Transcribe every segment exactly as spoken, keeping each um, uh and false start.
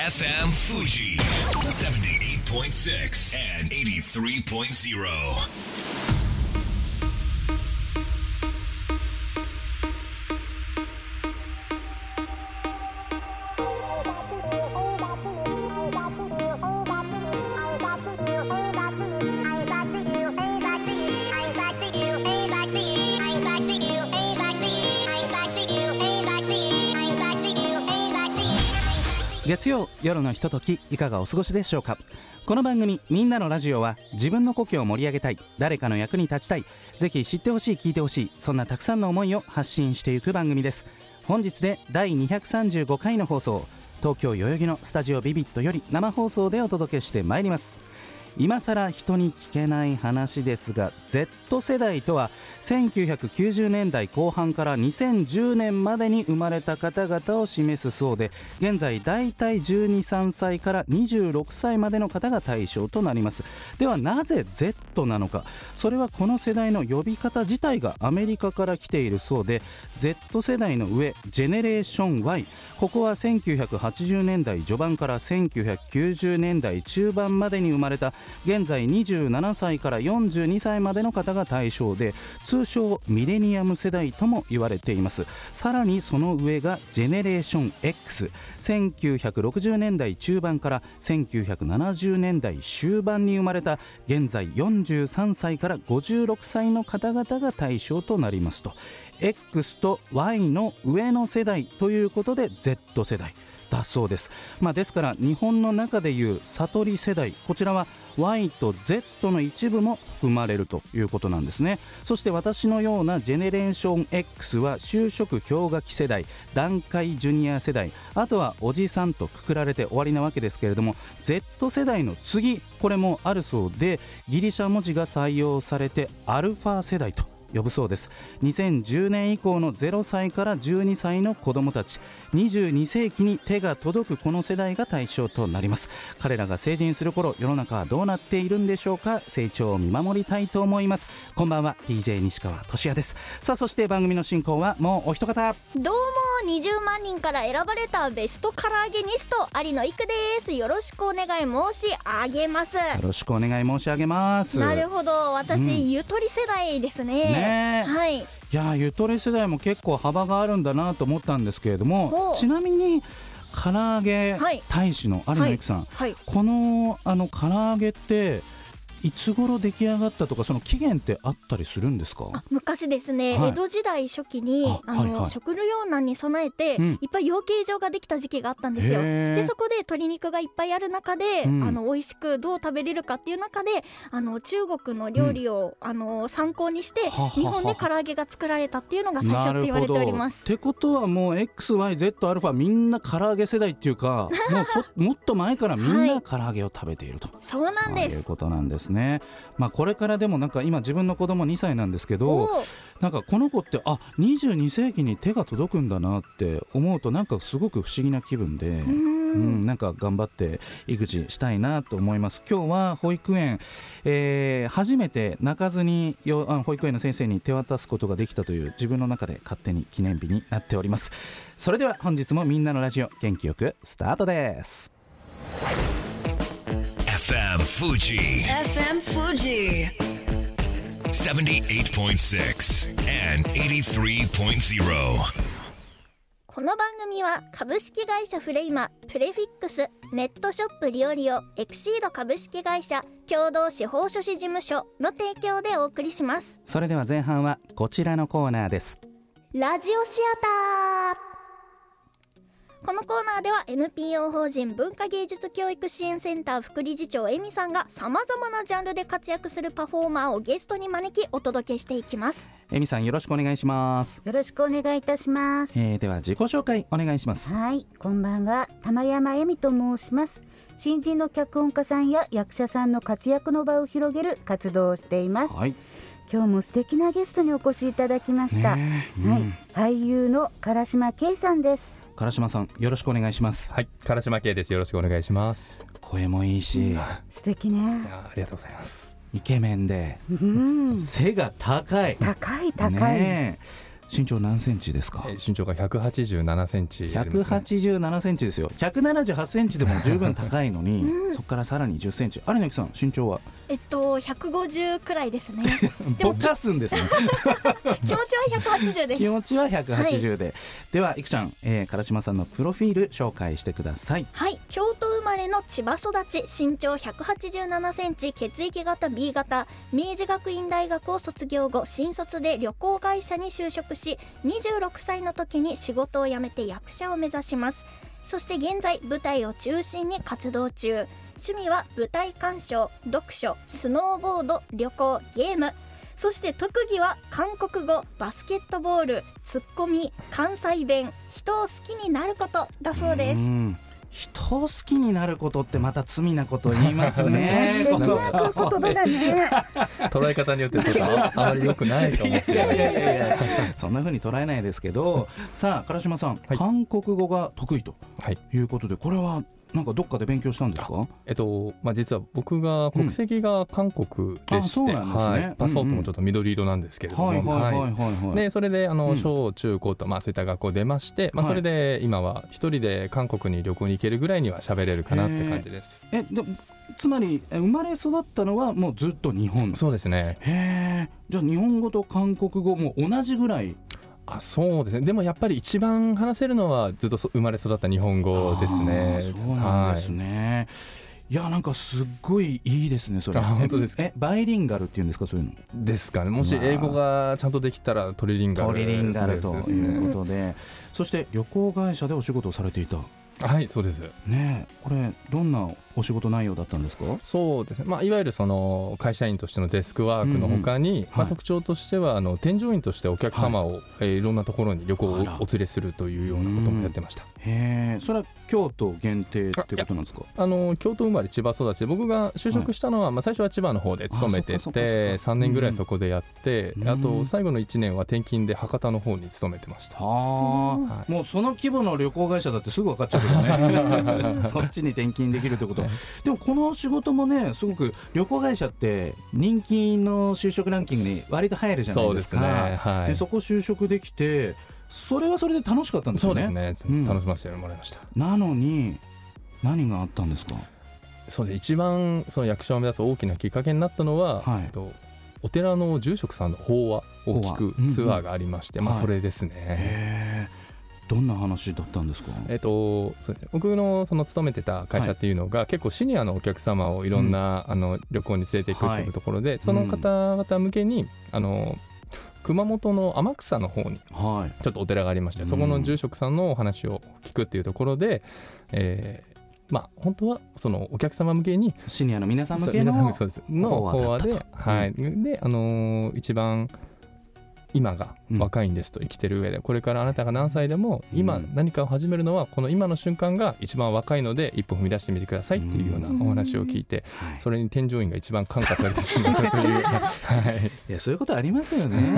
エフエム Fuji seventy-eight point six and eighty-three point zero。 月曜夜のひとときいかがお過ごしでしょうか。この番組みんなのラジオは自分の故郷を盛り上げたい、誰かの役に立ちたい、ぜひ知ってほしい聞いてほしい、そんなたくさんの思いを発信していく番組です。本日でだいにひゃくさんじゅうごかいの放送、東京代々木のスタジオビビットより生放送でお届けしてまいります。今さら人に聞けない話ですが、 Z 世代とはせんきゅうひゃくきゅうじゅうねんだいこう半からにせんじゅうねんまでに生まれた方々を示すそうで、現在だいたいじゅうに、さんさいからにじゅうろくさいまでの方が対象となります。ではなぜ Z なのか。それはこの世代の呼び方自体がアメリカから来ているそうで、 Z 世代の上ジェネレーション Y、 ここはせんきゅうひゃくはちじゅうねんだい序盤からせんきゅうひゃくきゅうじゅうねんだい中盤までに生まれた現在にじゅうななさいからよんじゅうにさいまでの方が対象で、通称ミレニアム世代とも言われています。さらにその上がジェネレーション X、 せんきゅうひゃくろくじゅうねんだい中盤からせんきゅうひゃくななじゅうねんだい終盤に生まれた現在よんじゅうさんさいからごじゅうろくさいの方々が対象となりますと、 X と Y の上の世代ということで Z 世代だそうです。まあ、ですから日本の中でいう悟り世代、こちらは Y と Z の一部も含まれるということなんですね。そして私のようなジェネレーション X は就職氷河期世代、団塊ジュニア世代、あとはおじさんとくくられて終わりなわけですけれども、 Z 世代の次、これもあるそうで、ギリシャ文字が採用されてアルファ世代と呼ぶそうです。にせんじゅうねん以降のゼロさいからじゅうにさいの子どもたち、にじゅうにせいきに手が届くこの世代が対象となります。彼らが成人する頃、世の中はどうなっているんでしょうか。成長を見守りたいと思います。こんばんは、 ディージェー 西川俊也です。さあ、そして番組の進行はもうお一方、 どうもにじゅうまんにんから選ばれたベスト唐揚げニスト有野いくです。よろしくお願い申し上げます。よろしくお願い申し上げます。 なるほど、私、うん、ゆとり世代ですね。ね、はい、いや、ゆとり世代も結構幅があるんだなと思ったんですけれども、ちなみに唐揚げ大使の有野いくさん、はいはいはい、このあの唐揚げっていつ頃出来上がったとか、その期限ってあったりするんですか？ あ、昔ですね、はい、江戸時代初期に あ, あの、はいはい、食糧難に備えて、うん、いっぱい養鶏場ができた時期があったんですよ。でそこで鶏肉がいっぱいある中で、うん、あの美味しくどう食べれるかっていう中で、あの中国の料理を、うん、あの参考にしてははは日本で唐揚げが作られたっていうのが最初って言われております。 ってことはもう エックスワイゼットアルファ みんな唐揚げ世代っていうかもうそもっと前からみんな唐揚げを食べていると、はい、 そうなんです、 いうことなんですね。まあ、これからでもなんか今自分の子供にさいなんですけど、なんかこの子ってあにじゅうにせいきに手が届くんだなって思うと、なんかすごく不思議な気分で、うん、なんか頑張って育児したいなと思います。今日は保育園、えー、初めて泣かずによあ保育園の先生に手渡すことができたという自分の中で勝手に記念日になっております。それでは本日もみんなのラジオ元気よくスタートです。 エフエム Fujiエフエム Fuji seventy-eight point six and eighty-three point zero。 この番組は株式会社フレイマ、プレフィックス、ネットショップリオリオ、エクシード株式会社、共同司法書士事務所の提供でお送りします。 それでは前半はこちらのコーナーです。 ラジオシアター。このコーナーでは エヌピーオー 法人文化芸術教育支援センター副理事長エミさんがさまざまなジャンルで活躍するパフォーマーをゲストに招きお届けしていきます。 エミさん、よろしくお願いします。 よろしくお願いいたします。 えー、では自己紹介お願いします。 はい、こんばんは、玉山エミと申します。新人の脚本家さんや役者さんの活躍の場を広げる活動をしています。はい、今日も素敵なゲストにお越しいただきました、ね、うん、はい、俳優の唐島圭さんです。 唐島さん、よろしくお願いします。 はい、唐島圭です。よろしくお願いします。 声もいいし、うん、 素敵ね。 いや、ありがとうございます。 イケメンで、 うん、 背が高い高い高い、 ね、 身長何センチですか？ えー、身長がひゃくはちじゅうななセンチ、ね、 ひゃくはちじゅうななセンチですよ。ひゃくななじゅうはちセンチでも十分高いのに、うん、そこからさらにじゅっセンチ。有野さん身長は？ えっとひゃくごじゅうくらいですね。 ぼかすんですね。 気持ちはひゃくはちじゅうです。 気持ちはひゃくはちじゅうで、はい、ではいくちゃん、えー、唐島さんのプロフィール紹介してください。 はい、京都生まれの千葉育ち、身長ひゃくはちじゅうななセンチ、血液型 ビー 型、明治学院大学を卒業後新卒で旅行会社に就職し、にじゅうろくさいの時に仕事を辞めて役者を目指します。そして現在舞台を中心に活動中。趣味は舞台鑑賞、読書、スノーボード、旅行、ゲーム。そして特技は韓国語、バスケットボール、ツッコミ、関西弁、人を好きになることだそうです。 うん、人を好きになることってまた罪なこと言いますね。 言葉だね。 捉え方によってちょっとあまり良くないかもしれないです。 そんな風に捉えないですけど、さあ唐島さん、はい、韓国語が得意ということで、これはなんかどっかで勉強したんですか？ えっとまあ、実は僕が国籍が韓国でして、パスポートもちょっと緑色なんですけれども、でそれであの小中高と、まあ、そういった学校出まして、まあ、それで今は一人で韓国に旅行に行けるぐらいには喋れるかなって感じです。 えでつまり生まれ育ったのはもうずっと日本？ そうですね。 へー、じゃあ日本語と韓国語も同じぐらい？ あ、そうですね。でもやっぱり一番話せるのはずっと生まれ育った日本語ですね。 そうなんですね、はい、いやなんかすっごいいいですねそれ。 あ、本当ですか？ えバイリンガルっていうんですか、そういうのですかね。もし英語がちゃんとできたらトリリンガル、 トリリンガルということで、そして旅行会社でお仕事をされていた。 はい、そうですね。これどんなお仕事内容だったんですか？そうですね、 まあ、いわゆるその会社員としてのデスクワークの他に、うんうん、まあ、はい、特徴としてはあの添乗員としてお客様を、はい、えー、いろんなところに旅行をお連れするというようなこともやってました。 へー、それは京都限定ってことなんですか？ あの京都生まれ千葉育ちで、僕が就職したのは、はい、まあ、最初は千葉の方で勤めててさんねんぐらいそこでやって、うん、あと最後のいちねんは転勤で博多の方に勤めてました。 は、はい、もうその規模の旅行会社だってすぐ分かっちゃうけどね。そっちに転勤できるってこと。でもこの仕事もね、すごく旅行会社って人気の就職ランキングに割と入るじゃないですか。そうですね、はい、でそこ就職できて、それはそれで楽しかったんですよね。 そうですね、うん、楽しませてもらいました。 なのに何があったんですか？ そうです、一番その役者を目指す大きなきっかけになったのは、はい、えっと、お寺の住職さんの法話を聞くツアーがありまして、うんうん、まあ、それですね、はい、 へー、どんな話だったんですか？ えっと、そうですね、僕のその勤めてた会社っていうのが、はい、結構シニアのお客様をいろんな、うん、あの旅行に連れていくっていうところで、はい、その方々向けに、あの熊本の天草の方にちょっとお寺がありまして、はい、そこの住職さんのお話を聞くっていうところで、うん、えーまあ、本当はそのお客様向けにシニアの皆さん向けの法話で、はい、で、あのー、一番今が若いんですと、生きてる上で、これからあなたが何歳でも今何かを始めるのはこの今の瞬間が一番若いので一歩踏み出してみてくださいっていうようなお話を聞いて、それに添乗員が一番感化されてしまったという、はい、 いやそういうことありますよね。うん、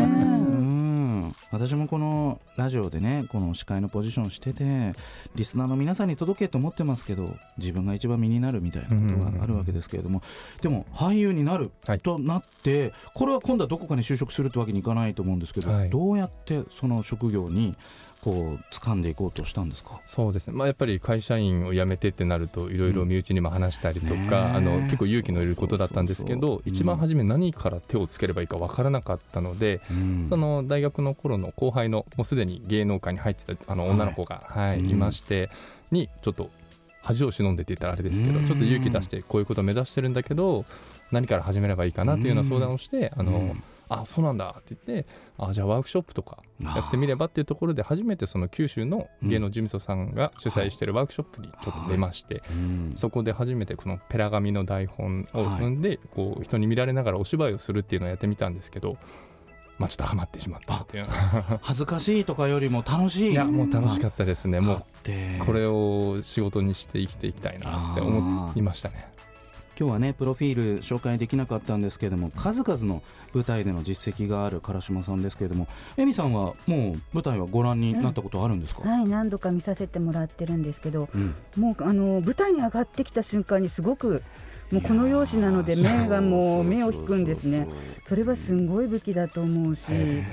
私もこのラジオでね、この司会のポジションしててリスナーの皆さんに届けと思ってますけど、自分が一番身になるみたいなことがあるわけですけれども、でも俳優になるとなって、はい、これは今度はどこかに就職するってわけにいかないと思うんですけど、はい、どうやってその職業にこう掴んでいこうとしたんですか？ そうですね、まあ、やっぱり会社員を辞めてってなるといろいろ身内にも話したりとか、うん、あの結構勇気のいることだったんですけど、そうそうそう、一番初め何から手をつければいいか分からなかったので、うん、その大学の頃の後輩のもうすでに芸能界に入ってたあの女の子が、はいはい、いまして、うん、にちょっと恥を忍んでって言ったらあれですけど、うん、ちょっと勇気出してこういうことを目指してるんだけど何から始めればいいかなっていうような相談をして、うん、あの、うん、あ、そうなんだって言って、あ、じゃあワークショップとかやってみればっていうところで初めてその九州の芸能事務所さんが主催しているワークショップにちょっと出まして、はいはい、そこで初めてこのペラ紙の台本を踏んでこう人に見られながらお芝居をするっていうのをやってみたんですけど、まあ、ちょっとハマってしまったっていう恥ずかしいとかよりも楽しい。 いやもう楽しかったですね。もうこれを仕事にして生きていきたいなって思いましたね。 今日はねプロフィール紹介できなかったんですけれども、数々の舞台での実績がある唐島さんですけれども、エミさんはもう舞台はご覧になったことあるんですか？ うん、はい、何度か見させてもらってるんですけど、うん、もうあの舞台に上がってきた瞬間にすごくもうこの容姿なので目がもう目を引くんですね。それはすごい武器だと思うし、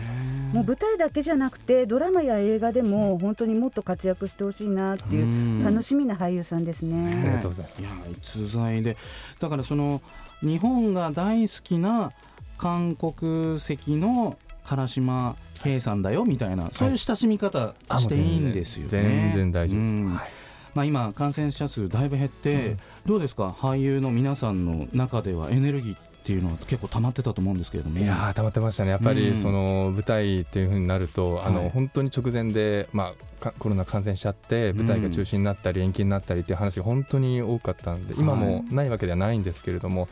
もう舞台だけじゃなくてドラマや映画でも本当にもっと活躍してほしいなっていう楽しみな俳優さんですね。 ありがとうございます。いや逸材で、だからその日本が大好きな韓国籍の唐島圭さんだよみたいな、そういう親しみ方していいんですよね。 全然大丈夫です、うんはい。 まあ、今感染者数だいぶ減って、うん、どうですか、俳優の皆さんの中ではエネルギーっていうのは結構溜まってたと思うんですけれども。 いや溜まってましたね。やっぱりその舞台っていう風になると、うん、あの本当に直前で、まあ、コロナ感染しちゃって舞台が中止になったり延期になったりっていう話が本当に多かったんで、今もないわけではないんですけれども、はい、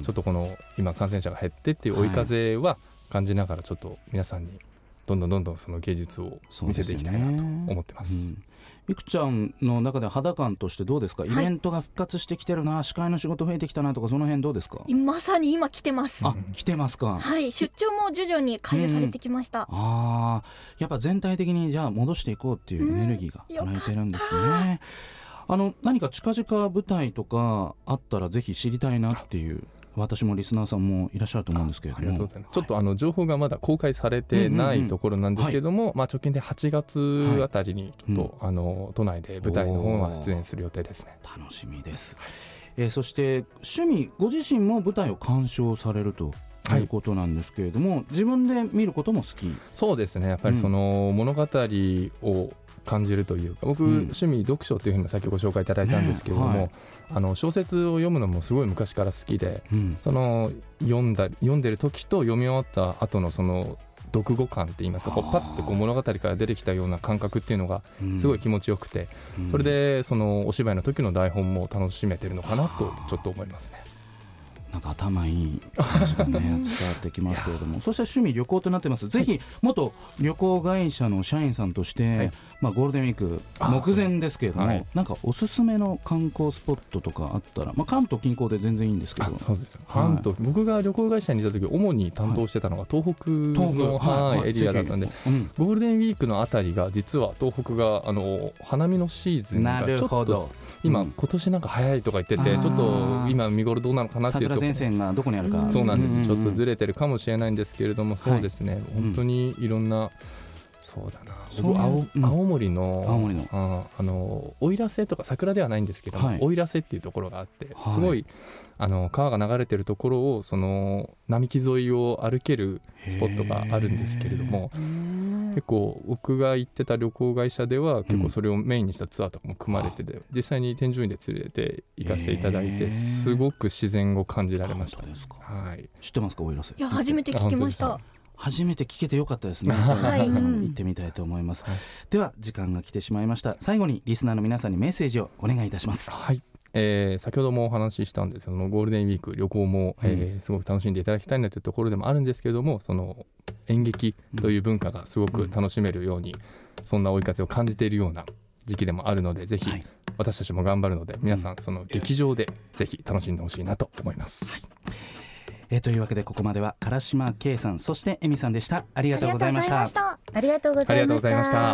ちょっとこの今感染者が減ってっていう追い風は感じながら、ちょっと皆さんにどんどんどんどんその芸術を見せていきたいなと思ってます。 いくちゃんの中で肌感としてどうですか、イベントが復活してきてるな、はい、司会の仕事増えてきたなとか、その辺どうですか。 まさに今来てます。 あ、来てますか。 はい、出張も徐々に解除されてきました、 うん、あやっぱ全体的にじゃあ戻していこうっていうエネルギーがもらえてるんですね、うん、あの何か近々舞台とかあったらぜひ知りたいなっていう、私もリスナーさんもいらっしゃると思うんですけれども。ありがとうございます。 ちょっとあの情報がまだ公開されてないところなんですけれども、うんうんうん、まあ、直近ではちがつあたりにちょっと、はい、あの都内で舞台の方は出演する予定ですね。 楽しみです、えー、そして趣味、ご自身も舞台を鑑賞されるということなんですけれども、はい、自分で見ることも好き。 そうですね、やっぱりその物語を感じるというか、僕、うん、趣味読書というふうにさっきご紹介いただいたんですけれども、ね、はい、あの小説を読むのもすごい昔から好きで、うん、その読んだ読んでる時と読み終わった後のその読後感って言いますか、こうパッてこう物語から出てきたような感覚っていうのがすごい気持ちよくて、うん、それでそのお芝居の時の台本も楽しめてるのかなとちょっと思いますね。 なんか頭いい感じが、ね、伝わってきますけれどもそして趣味旅行となってます。ぜひ元旅行会社の社員さんとして、はい、まあ、ゴールデンウィーク目前ですけれども、はい、なんかおすすめの観光スポットとかあったら、まあ、関東近郊で全然いいんですけど。 そうです、関東、はい、僕が旅行会社にいた時主に担当してたのが東北の、はいはい、エリアだったんで、うん、ゴールデンウィークのあたりが実は東北があの花見のシーズンがちょっと今、うん、今年なんか早いとか言ってて、ちょっと今見頃どうなのかなっていうと、 桜前線がどこにあるか、 そうなんです、うんうんうん、ちょっとずれてるかもしれないんですけれども、そうですね、はい、本当にいろんな、そうだな、僕 青, 青森の、青森のああの奥入瀬とか桜ではないんですけども、はい、奥入瀬っていうところがあって、はい、すごいあの川が流れてるところをその並木沿いを歩けるスポットがあるんですけれども、結構僕が行ってた旅行会社では結構それをメインにしたツアーとかも組まれてて、うん、実際に添乗員で連れて行かせていただいて、すごく自然を感じられました。 ですか、 はい、 知ってますか、奥入瀬。 いや、初めて聞きました。 初めて聞けてよかったですね、はい、行ってみたいと思います、はい、では時間が来てしまいました。最後にリスナーの皆さんにメッセージをお願いいたします。 はい、えー、先ほどもお話ししたんですけども、ゴールデンウィーク旅行も、えー、すごく楽しんでいただきたいなというところでもあるんですけれども、その演劇という文化がすごく楽しめるように、そんな追い風を感じているような時期でもあるので、ぜひ私たちも頑張るので、皆さんその劇場でぜひ楽しんでほしいなと思います、はい。 えー、というわけでここまでは唐島圭さん、そしてエミさんでした。ありがとうございました。 ありがとうございました。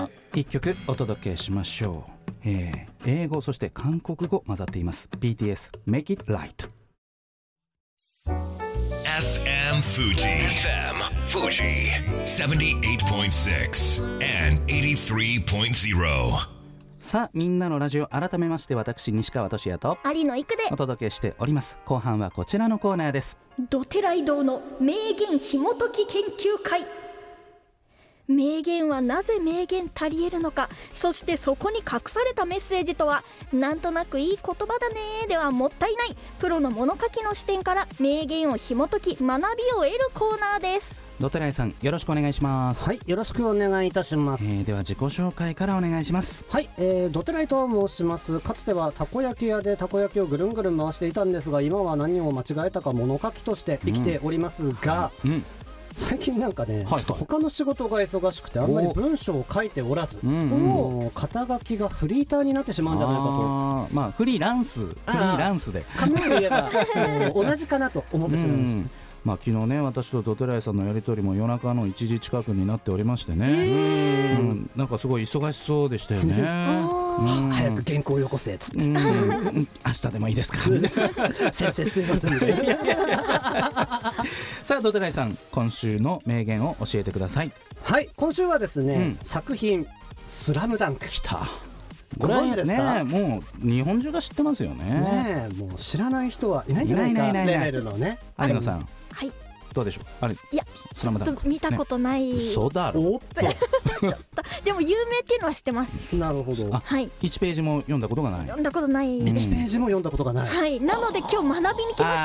一曲お届けしましょう、えー、英語そして韓国語混ざっています。 ビーティーエス Make It Right。 エフエム Fujiエフエム Fuji セブンティーエイトポイントシックス and エイティスリーポイントゼロ。 さあ、みんなのラジオ、改めまして私西川俊也と有野育でお届けしております。後半はこちらのコーナーです。 どてらい堂の名言ひもとき研究会。名言はなぜ名言たり得るのか、そしてそこに隠されたメッセージとは。なんとなくいい言葉だねではもったいない、プロの物書きの視点から名言をひもとき学びを得るコーナーです。 どてらいさん、よろしくお願いします。 はい、よろしくお願いいたします、 えー、では自己紹介からお願いします。 はい、えー、どてらいと申します。かつてはたこ焼き屋でたこ焼きをぐるんぐるん回していたんですが、今は何を間違えたか物書きとして生きておりますが、うんうん、最近なんかね、はい、ちょっと他の仕事が忙しくてあんまり文章を書いておらず、うんうん、肩書きがフリーターになってしまうんじゃないかと。 あ、まあ、フリーランスフリーランスで紙で言えば同じかなと思ってしまいました。 まあ、昨日ね、私とどてらいさんのやり取りも夜中のいちじ近くになっておりましてね、うん、なんかすごい忙しそうでしたよねうん、早く原稿よこせっつって、うん、 明日でもいいですか先生すいませんねさあ、どてらいさん、今週の名言を教えてください。 はい、今週はですね、 うん、 作品スラムダンク。 きた。 ご存知ですか？ ね、もう日本中が知ってますよね。 ねえ、もう知らない人はいないんじゃないかレベルのね。 有野さん、 はい、 どうでしょう。あれ、 いや、 スラムダンク見たことない、 ね、嘘だろ。 おっとちょっとでも有名っていうのは知ってます。 なるほど。 はい、 いちページも読んだことがない。 読んだことない。 いちページも読んだことがない。 はい、なので今日学びに来ました。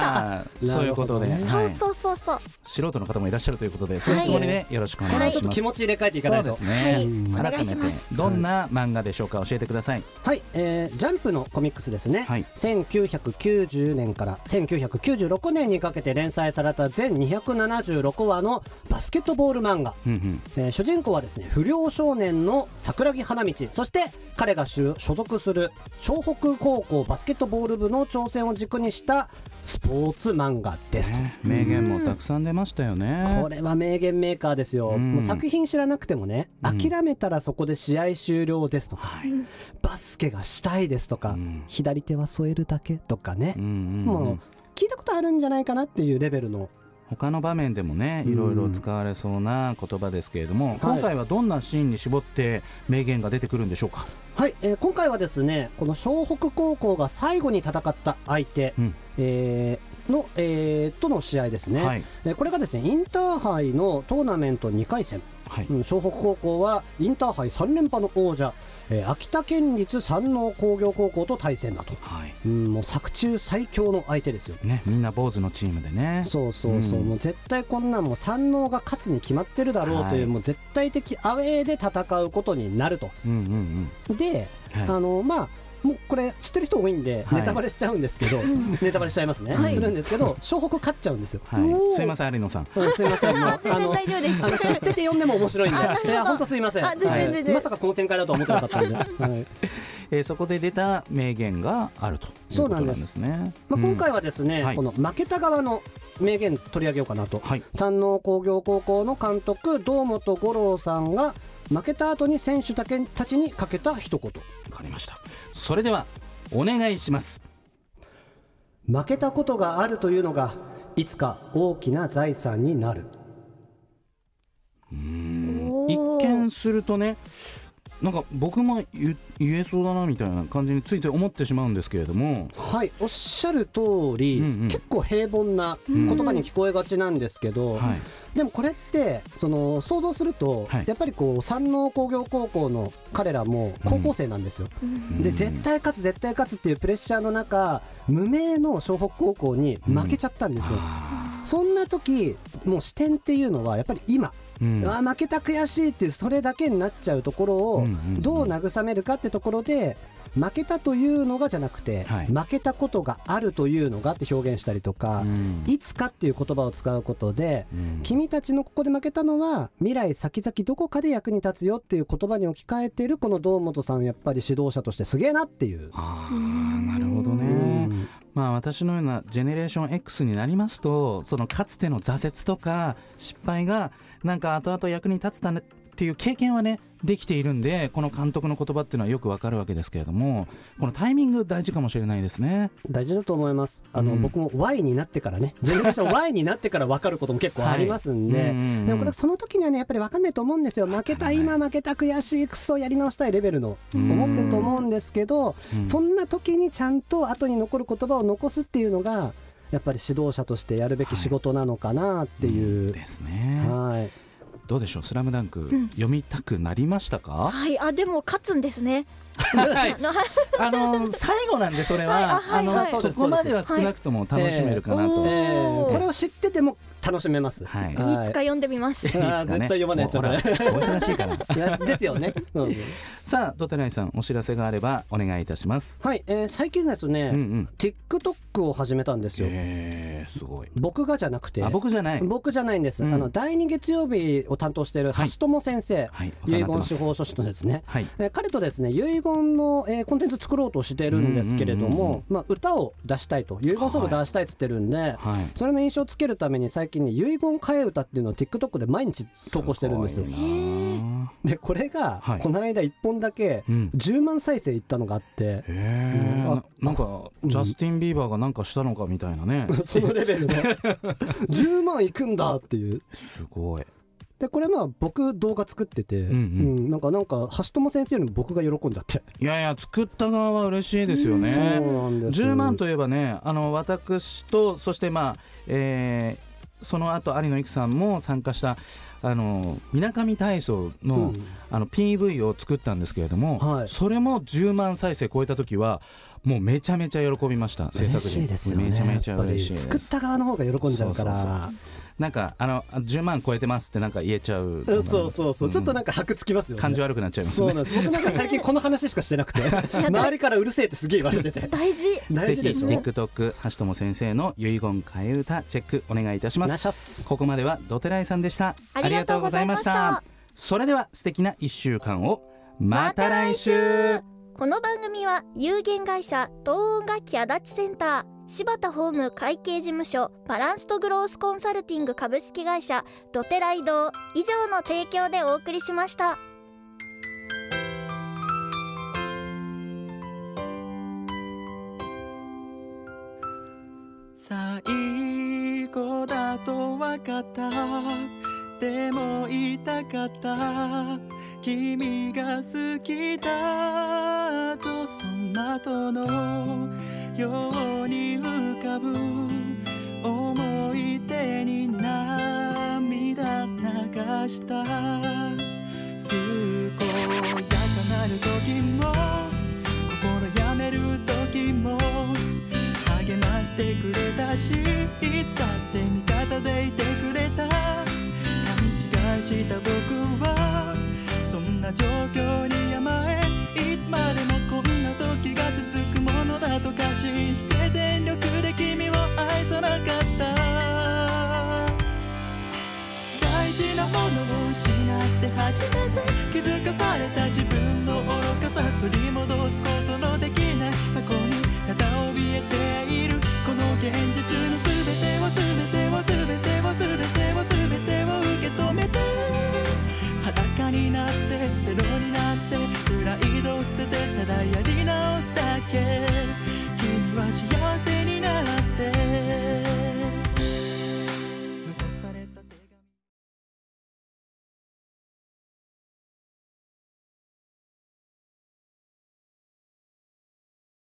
そういうことで、ね、 そうそうそうそう。 素人の方もいらっしゃるということで、そういうつもりでよろしくお願いします。 ちょっと気持ち入れ替えていかないと。 そうですね。 はい、 改めてどんな漫画でしょうか、教えてください。 はい、えー、ジャンプのコミックスですね。はい、せんきゅうひゃくきゅうじゅうねんからせんきゅうひゃくきゅうじゅうろくねんにかけて連載された全にひゃくななじゅうろくわのバスケットボール漫画。うんうん、えー、主人公はですね、不良少年の桜木花道、そして彼が所属する湘北高校バスケットボール部の挑戦を軸にしたスポーツ漫画ですと、ね、 名言もたくさん出ましたよね。 これは名言メーカーですよ。もう作品知らなくてもね、諦めたらそこで試合終了ですとか、うん、バスケがしたいですとか、うん、左手は添えるだけとかね、うんうんうん、もう聞いたことあるんじゃないかなっていうレベルの、 他の場面でもね、いろいろ使われそうな言葉ですけれども、うん、今回はどんなシーンに絞って名言が出てくるんでしょうか。 はい、えー、今回はですね、この湘北高校が最後に戦った相手、うん、えー、の、えー、との試合ですね。はい、えー、これがですね、インターハイのトーナメントにかい戦、はい、うん、湘北高校はインターハイさん連覇の王者、えー、秋田県立山王工業高校と対戦だと、はい、うん、もう作中最強の相手ですよ、ね、 みんな坊主のチームでね。 そうそうそう、うん、もう絶対こんなんもう山王が勝つに決まってるだろうという、はい、もう絶対的アウェーで戦うことになると、うんうんうん、で、はい、あのまあもうこれ知ってる人多いんでネタバレしちゃうんですけど、はい、ネタバレしちゃいますね、はい、するんですけど、湘北勝っちゃうんですよ、 はい、すいません有野さん、 うん、すいませんあの大丈夫です。知ってて読んでも面白いんで、いや本当すいません、はい、まさかこの展開だとは思ってなかったんで、はい、 えー、そこで出た名言があるということなんですね。そうなんです、 まあ、今回はですね、うん、この負けた側の名言取り上げようかなと、はい、山王工業高校の監督堂本五郎さんが負けた後に選手たちにかけた一言。 わかりました。それではお願いします。 負けたことがあるというのがいつか大きな財産になる。 うーん、一見するとね、なんか僕も 言, 言えそうだなみたいな感じについつい思ってしまうんですけれども、 はい、おっしゃる通り、うんうん、結構平凡な言葉に聞こえがちなんですけど、うん、はい、でもこれってその想像すると、はい、やっぱりこう山王工業高校の彼らも高校生なんですよ、うん、で絶対勝つ絶対勝つっていうプレッシャーの中、無名の湘北高校に負けちゃったんですよ、うん、そんな時もう視点っていうのはやっぱり今、うん、あ負けた悔しいっていうそれだけになっちゃうところをどう慰めるかってところで、負けたというのがじゃなくて、はい、負けたことがあるというのがって表現したりとか、うん、いつかっていう言葉を使うことで、うん、君たちのここで負けたのは未来先々どこかで役に立つよっていう言葉に置き換えているこの堂本さん、やっぱり指導者としてすげえなっていう。 あー、なるほどね、うん、まあ、私のようなジェネレーション X になりますと、そのかつての挫折とか失敗がなんか後々役に立つたねっていう経験はねできているんで、この監督の言葉っていうのはよくわかるわけですけれども、このタイミング大事かもしれないですね。 大事だと思います。あの、うん、僕も Y になってからね、ジェネレーション Y になってからわかることも結構ありますんで、はい、うんうんうん、でもこれその時にはねやっぱりわかんないと思うんですよ。負けた、今負けた悔しいクソやり直したいレベルの思ってると思うんですけど、うん、そんな時にちゃんと後に残る言葉を残すっていうのがやっぱり指導者としてやるべき仕事なのかなっていう、 はい、ですね。 はい、 どうでしょう、スラムダンク、うん、読みたくなりましたか？ はい、あでも勝つんですねはい、あの最後なんでそれは、はい、あの、はい、そこまでは少なくとも楽しめるかなと、 えー、これを知ってても楽しめます、 はい、いつか読んでみます。いつか、ね、絶対読まないやつだね。 お忙しいからですよね、うん、 さあ、ドテライさん、お知らせがあればお願いいたします。 はい、えー、最近ですね、うんうん、TikTok を始めたんですよ。 へー、すごい。 僕がじゃなくて、 あ僕じゃない僕じゃないんです、うん、あのだいに月曜日を担当している橋友先生、はい、遺言司法書士とですね、はい、えー、彼とですね遺言の、えー、コンテンツ作ろうとしているんですけれども、うんうんうん、まあ、歌を出したいと、遺言ソング出したいっつってるんで、はいはい、それの印象をつけるために最近ね遺言替え歌っていうのを TikTok で毎日投稿してるんですよ。でこれが、はい、この間いっぽんだけじゅうまん再生いったのがあって、うん、 へー、なんかジャスティン・ビーバーがなんかしたのかみたいなね、 そのレベルでじゅうまんいくんだっていう、 すごい。 でこれまあ僕動画作ってて、うんうんうん、なんかなんか橋友先生よりも僕が喜んじゃって、 いやいや作った側は嬉しいですよね。そうなんです。じゅうまんといえばね、あの私とそしてまあ、えー、その後有野いくさんも参加したあのみなかみ体操 の,、うん、あの ピーブイ を作ったんですけれども、はい、それもじゅうまん再生超えた時はもうめちゃめちゃ喜びました。制作陣嬉しいですよね。 めちゃめちゃ嬉しいです。 作った側の方が喜んじゃうから。そうそうそう、 なんかあのじゅうまん超えてますってなんか言えちゃう。 そうそうそう、うん、ちょっとなんか箔つきますよね。 感じ悪くなっちゃいますね。 そうなんです。僕なんか最近この話しかしてなくて周りからうるせえってすげえ言われてて大事大事でしょ。 ぜひ TikTok 橋友先生の遺言替え歌チェックお願いいたします。ここまではどてらいさんでした。 ありがとうございました。 それでは素敵ないっしゅうかんをまた来週。 この番組は有限会社東音楽器足立センター、柴田ホーム会計事務所、バランスとグロースコンサルティング株式会社、ドテライド以上の提供でお送りしました。 最後だと分かった、でも痛かった、君が好きだとその後のように浮かぶ思い出に涙流した。健やかなる時も心やめる時も励ましてくれたし、いつだって味方でいてくれた。勘違いした僕はそんな状況に甘え、いつまでもこんな時が続くものだと過信して全力で君を愛さなかった。大事なものを失って初めて気づかされた自分の愚かさ、取り戻